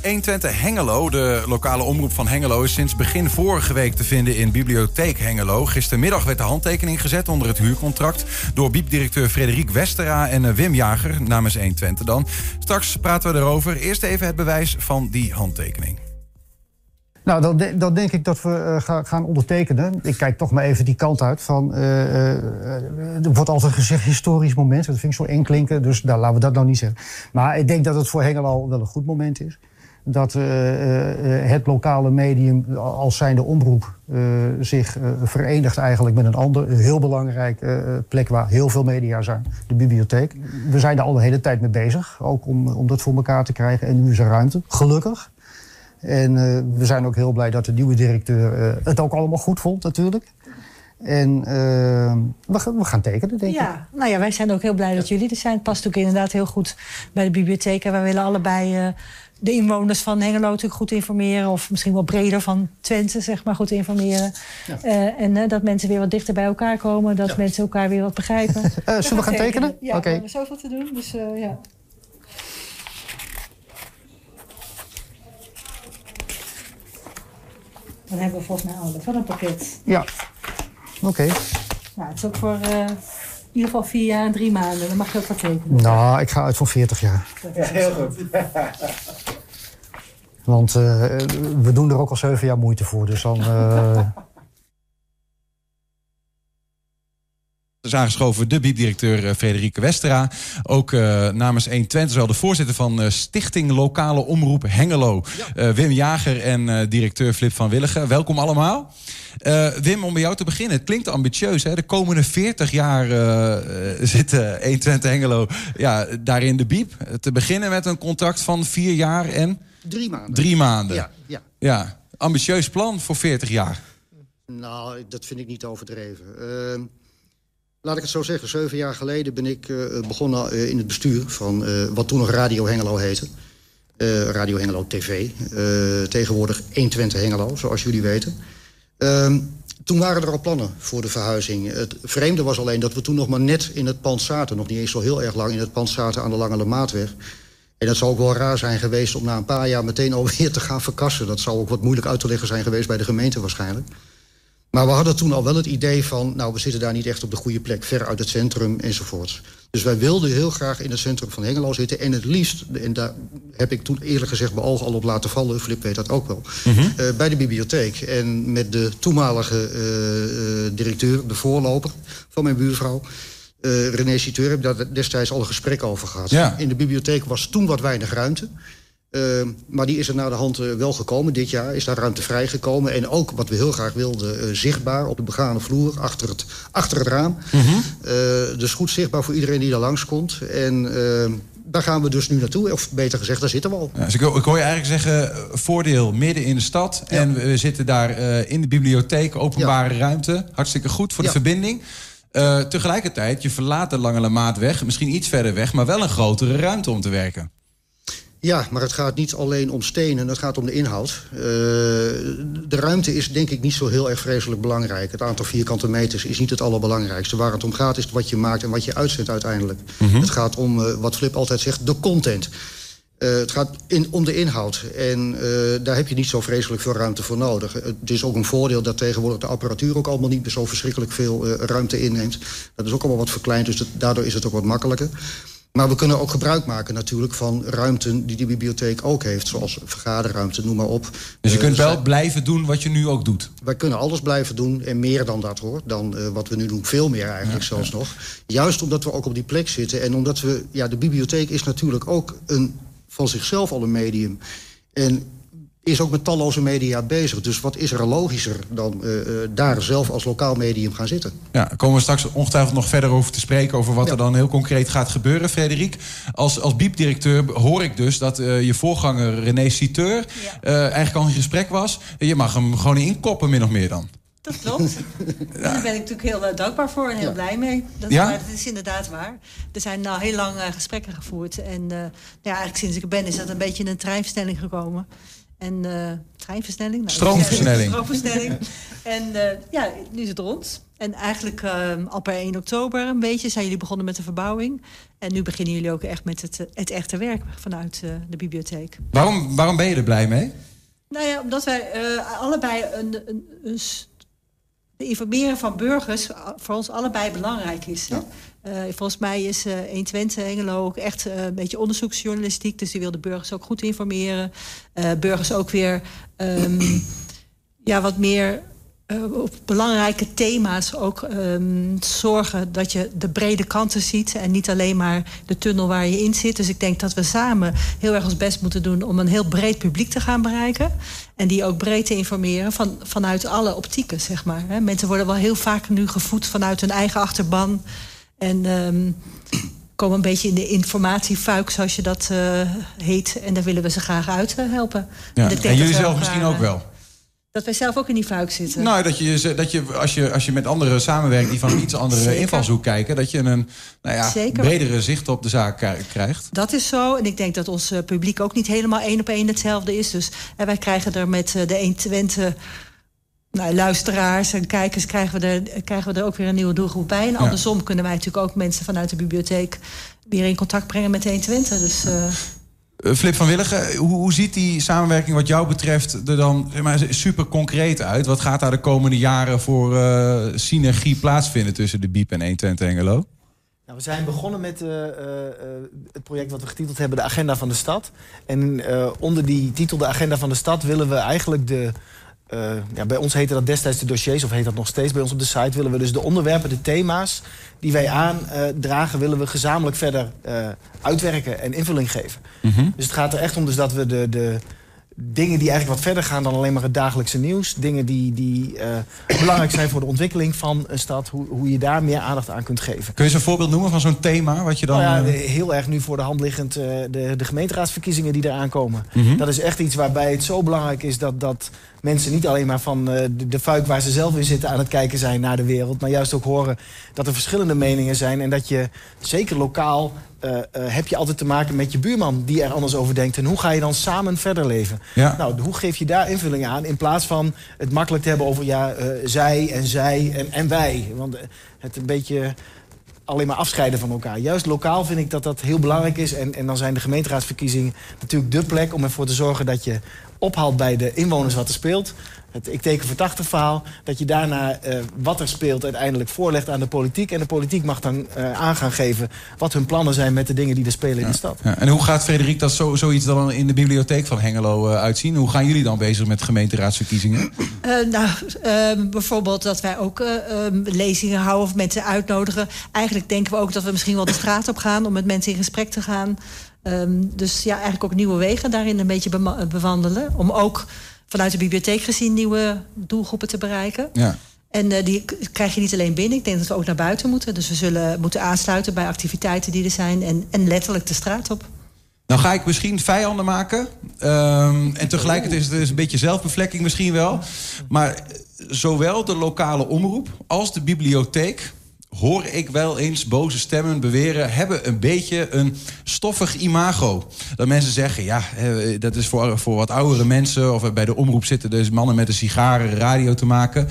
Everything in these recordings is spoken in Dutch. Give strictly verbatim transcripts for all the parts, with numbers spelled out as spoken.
honderdtwintig Hengelo, de lokale omroep van Hengelo, is sinds begin vorige week te vinden in Bibliotheek Hengelo. Gistermiddag werd de handtekening gezet onder het huurcontract door biebdirecteur Frederik Westera en Wim Jager namens honderdtwintig dan. Straks praten we erover. Eerst even het bewijs van die handtekening. Nou, dan, de, dan denk ik dat we uh, ga, gaan ondertekenen. Ik kijk toch maar even die kant uit van... Uh, uh, er wordt altijd gezegd historisch moment. Dat vind ik zo inklinken, dus nou, laten we dat nou niet zeggen. Maar ik denk dat het voor Hengelo wel een goed moment is. Dat uh, uh, het lokale medium als zijnde omroep uh, zich uh, verenigt eigenlijk met een ander heel belangrijk uh, plek waar heel veel media zijn. De bibliotheek. We zijn daar al de hele tijd mee bezig. Ook om, om dat voor elkaar te krijgen. En nu is er ruimte, gelukkig. En uh, we zijn ook heel blij dat de nieuwe directeur uh, het ook allemaal goed vond, natuurlijk. En uh, we, gaan, we gaan tekenen, denk ik. Ja, nou ja, wij zijn ook heel blij dat jullie er zijn. Het past ook inderdaad heel goed bij de bibliotheek. En wij willen allebei uh, de inwoners van Hengelo natuurlijk goed informeren. Of misschien wel breder van Twente, zeg maar, goed informeren. Ja. Uh, en uh, dat mensen weer wat dichter bij elkaar komen. Dat ja. mensen elkaar weer wat begrijpen. uh, zullen we, we gaan tekenen? tekenen? Ja, okay. we hebben zoveel te doen, dus uh, ja. Dan hebben we volgens mij alles van een pakket. Ja, oké. Okay. Nou, het is ook voor uh, in ieder geval vier jaar en drie maanden. Dan mag je ook wat tekenen. Nou, ik ga uit voor veertig jaar. Ja, heel goed. Want uh, we doen er ook al zeven jaar moeite voor, dus dan... Uh... is aangeschoven de biebdirecteur Frederik Westera. Ook uh, namens honderdtwintig, zowel de voorzitter van uh, Stichting Lokale Omroep Hengelo. Ja. Uh, Wim Jager en uh, directeur Flip van Willigen. Welkom allemaal. Uh, Wim, om bij jou te beginnen. Het klinkt ambitieus, hè? De komende veertig jaar uh, uh, zit uh, honderdtwintig Hengelo ja, daar in de bieb. Te beginnen met een contract van vier jaar en... Drie maanden. Drie maanden. Ja, ja. ja. Ambitieus plan voor veertig jaar. Nou, dat vind ik niet overdreven. Uh... Laat ik het zo zeggen, zeven jaar geleden ben ik uh, begonnen uh, in het bestuur van uh, wat toen nog Radio Hengelo heette. Uh, Radio Hengelo T V. Uh, tegenwoordig honderdtwintig Hengelo, zoals jullie weten. Uh, toen waren er al plannen voor de verhuizing. Het vreemde was alleen dat we toen nog maar net in het pand zaten. Nog niet eens zo heel erg lang in het pand zaten aan de Lange Lemaatweg. En dat zou ook wel raar zijn geweest om na een paar jaar meteen alweer te gaan verkassen. Dat zou ook wat moeilijk uit te leggen zijn geweest bij de gemeente waarschijnlijk. Maar we hadden toen al wel het idee van... nou, we zitten daar niet echt op de goede plek, ver uit het centrum enzovoorts. Dus wij wilden heel graag in het centrum van Hengelo zitten. En het liefst, en daar heb ik toen eerlijk gezegd mijn ogen al op laten vallen... Flip weet dat ook wel, mm-hmm. uh, bij de bibliotheek. En met de toenmalige uh, uh, directeur, de voorloper van mijn buurvrouw... Uh, René Citeur, heb ik daar destijds al een gesprek over gehad. Ja. In de bibliotheek was toen wat weinig ruimte... Uh, maar die is er naar de hand uh, wel gekomen. Dit jaar is daar ruimte vrijgekomen. En ook, wat we heel graag wilden, uh, zichtbaar op de begane vloer... achter het, achter het raam. Mm-hmm. Uh, dus goed zichtbaar voor iedereen die daar langskomt. En uh, daar gaan we dus nu naartoe. Of beter gezegd, daar zitten we al. Ja, dus ik, ik hoor je eigenlijk zeggen, voordeel midden in de stad. Ja. En we zitten daar uh, in de bibliotheek, openbare ja. ruimte. Hartstikke goed voor de ja. verbinding. Uh, tegelijkertijd, je verlaat de Lange Lemaatweg. Misschien iets verder weg, maar wel een grotere ruimte om te werken. Ja, maar het gaat niet alleen om stenen, het gaat om de inhoud. Uh, de ruimte is denk ik niet zo heel erg vreselijk belangrijk. Het aantal vierkante meters is niet het allerbelangrijkste. Waar het om gaat is wat je maakt en wat je uitzendt uiteindelijk. Mm-hmm. Het gaat om, uh, wat Flip altijd zegt, de content. Uh, het gaat in, om de inhoud. En uh, daar heb je niet zo vreselijk veel ruimte voor nodig. Het is ook een voordeel dat tegenwoordig de apparatuur ook allemaal niet meer zo verschrikkelijk veel uh, ruimte inneemt. Dat is ook allemaal wat verkleind, dus dat, daardoor is het ook wat makkelijker. Maar we kunnen ook gebruik maken natuurlijk van ruimten die de bibliotheek ook heeft. Zoals vergaderruimte, noem maar op. Dus je kunt wel uh, blijven doen wat je nu ook doet? Wij kunnen alles blijven doen en meer dan dat hoor. Dan uh, wat we nu doen, veel meer eigenlijk ja, zelfs ja. nog. Juist omdat we ook op die plek zitten. En omdat we, ja, de bibliotheek is natuurlijk ook een, van zichzelf al een medium. En is ook met talloze media bezig. Dus wat is er logischer dan uh, uh, daar zelf als lokaal medium gaan zitten? Ja, daar komen we straks ongetwijfeld nog verder over te spreken... over wat ja. er dan heel concreet gaat gebeuren. Frederik, als, als biebdirecteur hoor ik dus dat uh, je voorganger René Citeur... Ja. Uh, eigenlijk al in gesprek was. Je mag hem gewoon inkoppen, min of meer dan. Dat klopt. Ja. Daar ben ik natuurlijk heel uh, dankbaar voor en heel ja. blij mee. Dat, ja? maar, dat is inderdaad waar. Er zijn nou heel lang uh, gesprekken gevoerd. En uh, ja, eigenlijk sinds ik er ben is dat een beetje in een treinversnelling gekomen... En uh, treinversnelling. Nou, Stroomversnelling. Stroomversnelling. En uh, ja, nu is het rond. En eigenlijk uh, al per één oktober een beetje zijn jullie begonnen met de verbouwing. En nu beginnen jullie ook echt met het, het echte werk vanuit uh, de bibliotheek. Waarom, waarom ben je er blij mee? Nou ja, omdat wij uh, allebei een, een, een, de informeren van burgers voor ons allebei belangrijk is. Ja. Uh, volgens mij is uh, honderdtwintig Hengelo ook echt uh, een beetje onderzoeksjournalistiek. Dus die wil de burgers ook goed informeren. Uh, burgers ook weer um, ja, wat meer uh, op belangrijke thema's ook um, zorgen dat je de brede kanten ziet en niet alleen maar de tunnel waar je in zit. Dus ik denk dat we samen heel erg ons best moeten doen om een heel breed publiek te gaan bereiken. En die ook breed te informeren van, vanuit alle optieken, zeg maar. Hè. Mensen worden wel heel vaak nu gevoed vanuit hun eigen achterban. En um, komen een beetje in de informatiefuik, zoals je dat uh, heet. En daar willen we ze graag uit uh, helpen. Ja. En, en jullie zelf misschien ook wel? Dat wij zelf ook in die fuik zitten. Nou, dat je, dat je, als, je als je met anderen samenwerkt die van een iets andere Zeker. invalshoek kijken, dat je een nou ja, bredere zicht op de zaak krijgt. Dat is zo. En ik denk dat ons uh, publiek ook niet helemaal één op één hetzelfde is. Dus uh, wij krijgen er met uh, de honderdtwintig nou, luisteraars en kijkers krijgen we, er, krijgen we er ook weer een nieuwe doelgroep bij. En andersom ja. kunnen wij natuurlijk ook mensen vanuit de bibliotheek weer in contact brengen met de honderdtwintig. Dus, uh... uh, Flip van Willigen, hoe, hoe ziet die samenwerking wat jou betreft er dan zeg maar, super concreet uit? Wat gaat daar de komende jaren voor uh, synergie plaatsvinden tussen de B I E B en honderdtwintig Hengelo? Nou, we zijn begonnen met uh, uh, het project wat we getiteld hebben, de Agenda van de Stad. En uh, onder die titel, de Agenda van de Stad, willen we eigenlijk de... Uh, ja, bij ons heette dat destijds de dossiers, of heet dat nog steeds bij ons op de site. Willen we dus de onderwerpen, de thema's die wij aandragen, uh, willen we gezamenlijk verder uh, uitwerken en invulling geven. Mm-hmm. Dus het gaat er echt om dus dat we de, de dingen die eigenlijk wat verder gaan dan alleen maar het dagelijkse nieuws. Dingen die, die uh, belangrijk zijn voor de ontwikkeling van een stad. Hoe, hoe je daar meer aandacht aan kunt geven. Kun je eens een voorbeeld noemen van zo'n thema? Wat je dan, nou ja, heel erg nu voor de hand liggend uh, de, de gemeenteraadsverkiezingen die eraan komen. Mm-hmm. Dat is echt iets waarbij het zo belangrijk is dat... dat mensen niet alleen maar van uh, de, de fuik waar ze zelf in zitten aan het kijken zijn naar de wereld. Maar juist ook horen dat er verschillende meningen zijn. En dat je, zeker lokaal, uh, uh, heb je altijd te maken met je buurman die er anders over denkt. En hoe ga je dan samen verder leven? Ja. Nou, hoe geef je daar invulling aan? In plaats van het makkelijk te hebben over ja, uh, zij en zij en, en wij. Want uh, het een beetje... alleen maar afscheiden van elkaar. Juist lokaal vind ik dat dat heel belangrijk is. En, en dan zijn de gemeenteraadsverkiezingen natuurlijk dé plek om ervoor te zorgen dat je ophaalt bij de inwoners wat er speelt. Het ik teken voor tachtig verhaal. Dat je daarna uh, wat er speelt uiteindelijk voorlegt aan de politiek. En de politiek mag dan uh, aan gaan geven wat hun plannen zijn met de dingen die er spelen ja, in de stad. Ja. En hoe gaat Frederik dat zo, zoiets dan in de bibliotheek van Hengelo uh, uitzien? Hoe gaan jullie dan bezig met gemeenteraadsverkiezingen? Uh, nou, uh, bijvoorbeeld dat wij ook uh, um, lezingen houden of mensen uitnodigen. Eigenlijk denken we ook dat we misschien wel de straat op gaan om met mensen in gesprek te gaan. Um, dus ja, eigenlijk ook nieuwe wegen daarin een beetje be- bewandelen. Om ook vanuit de bibliotheek gezien nieuwe doelgroepen te bereiken. Ja. En uh, die krijg je niet alleen binnen. Ik denk dat we ook naar buiten moeten. Dus we zullen moeten aansluiten bij activiteiten die er zijn. En, en letterlijk de straat op. Nou ga ik misschien vijanden maken. Um, en tegelijkertijd is het dus een beetje zelfbevlekking misschien wel. Maar zowel de lokale omroep als de bibliotheek... hoor ik wel eens boze stemmen beweren... hebben een beetje een stoffig imago. Dat mensen zeggen, ja, dat is voor, voor wat oudere mensen... of bij de omroep zitten dus mannen met een sigaar radio te maken.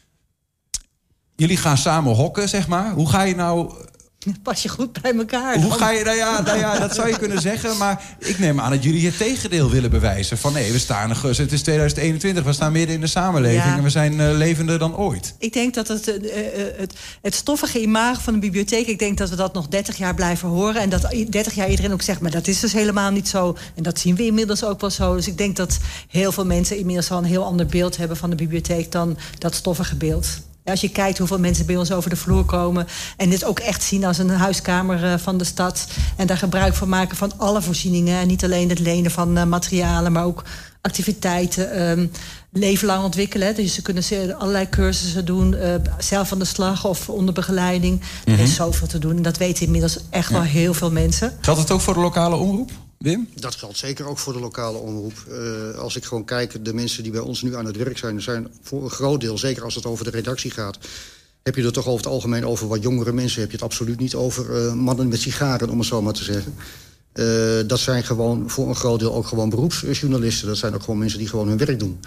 Jullie gaan samen hokken, zeg maar. Hoe ga je nou... Pas je goed bij elkaar. Hoe ga je, nou ja, nou ja, dat zou je kunnen zeggen. Maar ik neem aan dat jullie het tegendeel willen bewijzen. Van nee, we staan, het is tweeduizend eenentwintig, we staan midden in de samenleving. Ja. En we zijn uh, levender dan ooit. Ik denk dat het, uh, het, het stoffige imago van de bibliotheek... ik denk dat we dat nog dertig jaar blijven horen. En dat dertig jaar iedereen ook zegt, maar dat is dus helemaal niet zo. En dat zien we inmiddels ook wel zo. Dus ik denk dat heel veel mensen inmiddels al een heel ander beeld hebben... van de bibliotheek dan dat stoffige beeld. Als je kijkt hoeveel mensen bij ons over de vloer komen... en dit ook echt zien als een huiskamer van de stad... en daar gebruik van maken van alle voorzieningen... en niet alleen het lenen van uh, materialen... maar ook activiteiten, um, leven lang ontwikkelen. Dus ze kunnen allerlei cursussen doen... Uh, zelf aan de slag of onder begeleiding. Mm-hmm. Er is zoveel te doen en dat weten inmiddels echt ja. wel heel veel mensen. Geldt het ook voor de lokale omroep? Wim? Dat geldt zeker ook voor de lokale omroep. Uh, als ik gewoon kijk, de mensen die bij ons nu aan het werk zijn... zijn voor een groot deel, zeker als het over de redactie gaat... heb je er toch over het algemeen over wat jongere mensen. Heb je het absoluut niet over uh, mannen met sigaren, om het zo maar te zeggen. Uh, dat zijn gewoon voor een groot deel ook gewoon beroepsjournalisten. Dat zijn ook gewoon mensen die gewoon hun werk doen.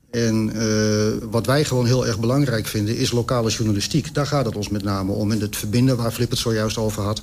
En uh, wat wij gewoon heel erg belangrijk vinden is lokale journalistiek. Daar gaat het ons met name om. En het verbinden waar Flip het zojuist over had.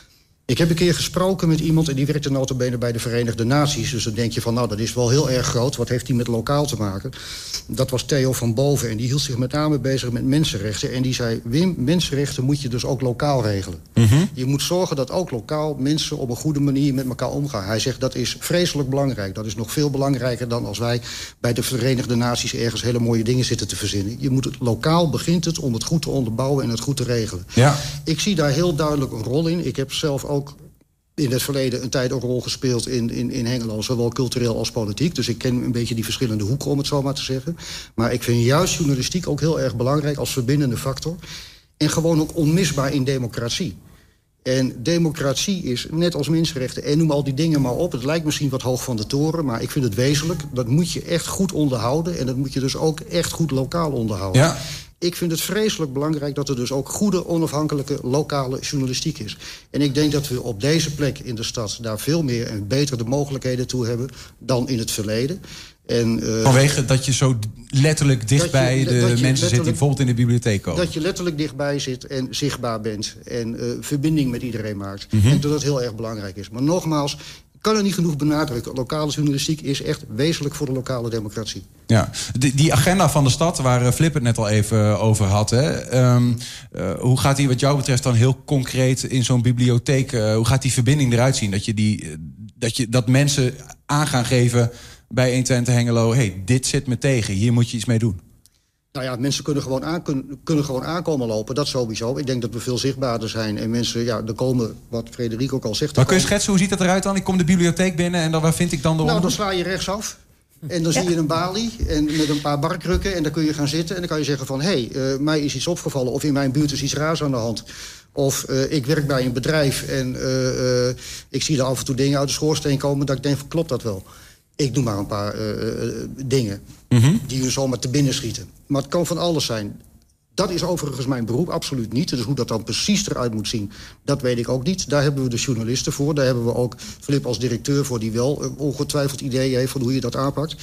Ik heb een keer gesproken met iemand en die werkte nota bene bij de Verenigde Naties. Dus dan denk je van, nou, dat is wel heel erg groot. Wat heeft die met lokaal te maken? Dat was Theo van Boven en die hield zich met name bezig met mensenrechten. En die zei, Wim, mensenrechten moet je dus ook lokaal regelen. Mm-hmm. Je moet zorgen dat ook lokaal mensen op een goede manier met elkaar omgaan. Hij zegt, dat is vreselijk belangrijk. Dat is nog veel belangrijker dan als wij bij de Verenigde Naties ergens hele mooie dingen zitten te verzinnen. Je moet het lokaal, begint het om het goed te onderbouwen en het goed te regelen. Ja. Ik zie daar heel duidelijk een rol in. Ik heb zelf ook ook in het verleden een tijd een rol gespeeld in, in, in Hengelo, zowel cultureel als politiek. Dus ik ken een beetje die verschillende hoeken, om het zo maar te zeggen. Maar ik vind juist journalistiek ook heel erg belangrijk als verbindende factor. En gewoon ook onmisbaar in democratie. En democratie is net als mensenrechten. En noem al die dingen maar op. Het lijkt misschien wat hoog van de toren, maar ik vind het wezenlijk. Dat moet je echt goed onderhouden. En dat moet je dus ook echt goed lokaal onderhouden. Ja. Ik vind het vreselijk belangrijk dat er dus ook goede, onafhankelijke, lokale journalistiek is. En ik denk dat we op deze plek in de stad daar veel meer en beter de mogelijkheden toe hebben dan in het verleden. En, uh, Vanwege dat je zo letterlijk dichtbij de mensen zit die bijvoorbeeld in de bibliotheek komen. Dat je letterlijk dichtbij zit en zichtbaar bent. En uh, verbinding met iedereen maakt. Mm-hmm. En dat dat heel erg belangrijk is. Maar nogmaals, ik kan er niet genoeg benadrukken. Lokale journalistiek is echt wezenlijk voor de lokale democratie. Ja, die, die agenda van de stad, waar Flip het net al even over had. Hè? Um, uh, hoe gaat die wat jou betreft dan heel concreet in zo'n bibliotheek? Uh, hoe gaat die verbinding eruit zien? Dat, je die, dat, je, dat mensen aan gaan geven bij honderdtwintig Hengelo, hey, dit zit me tegen, hier moet je iets mee doen. Nou ja, mensen kunnen gewoon, aan, kunnen, kunnen gewoon aankomen lopen, dat sowieso. Ik denk dat we veel zichtbaarder zijn en mensen, ja, er komen, wat Frederik ook al zegt. Maar kun je schetsen, hoe ziet dat eruit dan? Ik kom de bibliotheek binnen en dan, waar vind ik dan de Nou, dan sla je rechtsaf. En dan ja. zie je een balie en met een paar barkrukken en dan kun je gaan zitten en dan kan je zeggen van, hé, hey, uh, mij is iets opgevallen of in mijn buurt is iets raars aan de hand. Of uh, ik werk bij een bedrijf en uh, uh, ik zie er af en toe dingen uit de schoorsteen komen dat ik denk van, klopt dat wel? Ik doe maar een paar uh, uh, dingen mm-hmm. die je zomaar te binnen schieten. Maar het kan van alles zijn. Dat is overigens mijn beroep, absoluut niet. Dus hoe dat dan precies eruit moet zien, dat weet ik ook niet. Daar hebben we de journalisten voor. Daar hebben we ook Flip als directeur voor, die wel uh, ongetwijfeld ideeën heeft van hoe je dat aanpakt.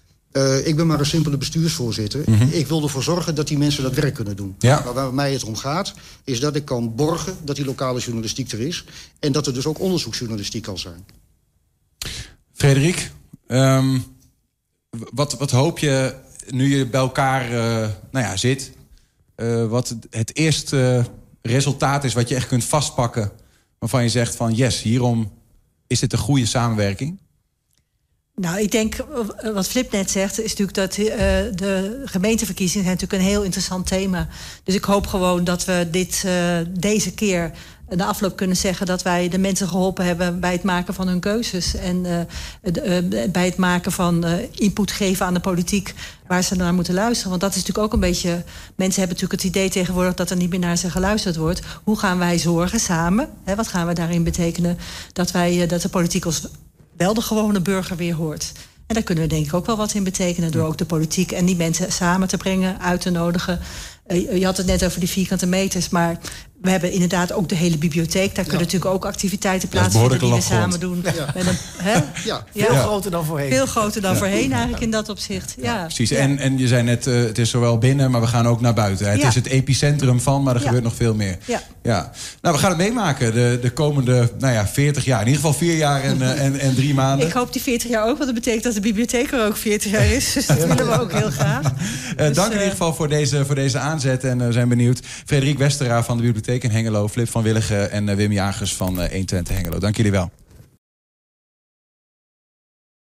Uh, ik ben maar een simpele bestuursvoorzitter. Mm-hmm. Ik wil ervoor zorgen dat die mensen dat werk kunnen doen. Ja. Maar waar mij het om gaat, is dat ik kan borgen dat die lokale journalistiek er is. En dat er dus ook onderzoeksjournalistiek kan zijn. Frederik, um, wat, wat hoop je nu je bij elkaar uh, nou ja, zit? Uh, wat het eerste resultaat is wat je echt kunt vastpakken, waarvan je zegt van yes, hierom is dit een goede samenwerking? Nou, ik denk, wat Flip net zegt, is natuurlijk dat uh, de gemeenteverkiezingen zijn natuurlijk een heel interessant thema. Dus ik hoop gewoon dat we dit uh, deze keer de afloop kunnen zeggen dat wij de mensen geholpen hebben bij het maken van hun keuzes. En uh, uh, bij het maken van uh, input geven aan de politiek waar ze naar moeten luisteren. Want dat is natuurlijk ook een beetje, mensen hebben natuurlijk het idee tegenwoordig dat er niet meer naar ze geluisterd wordt. Hoe gaan wij zorgen samen? Hè, wat gaan we daarin betekenen? Dat, wij, uh, dat de politiek ons wel de gewone burger weer hoort. En daar kunnen we denk ik ook wel wat in betekenen, door ook de politiek en die mensen samen te brengen, uit te nodigen. Uh, je had het net over die vierkante meters, maar we hebben inderdaad ook de hele bibliotheek. Daar kunnen ja. natuurlijk ook activiteiten plaatsvinden die we samen doen. Ja. Met een, hè? Ja, veel ja. groter dan voorheen. Veel groter dan ja. voorheen eigenlijk in dat opzicht. Ja. Ja. Precies, ja. En, en je zei net, uh, het is zowel binnen, maar we gaan ook naar buiten. Het ja. is het epicentrum van, maar er ja. gebeurt nog veel meer. Ja. Ja. Nou, we gaan het meemaken de, de komende nou ja, veertig jaar. In ieder geval vier jaar en, uh, en, en drie maanden. Ik hoop die veertig jaar ook, want dat betekent dat de bibliotheek er ook veertig jaar is. Dus dat willen we ook heel graag. Uh, dus, dank in ieder geval voor deze, voor deze aanzet en we uh, zijn benieuwd. Frederik Westera van de Bibliotheek in Hengelo, Flip van Willigen en uh, Wim Jagers van uh, honderdtwintig Hengelo. Dank jullie wel.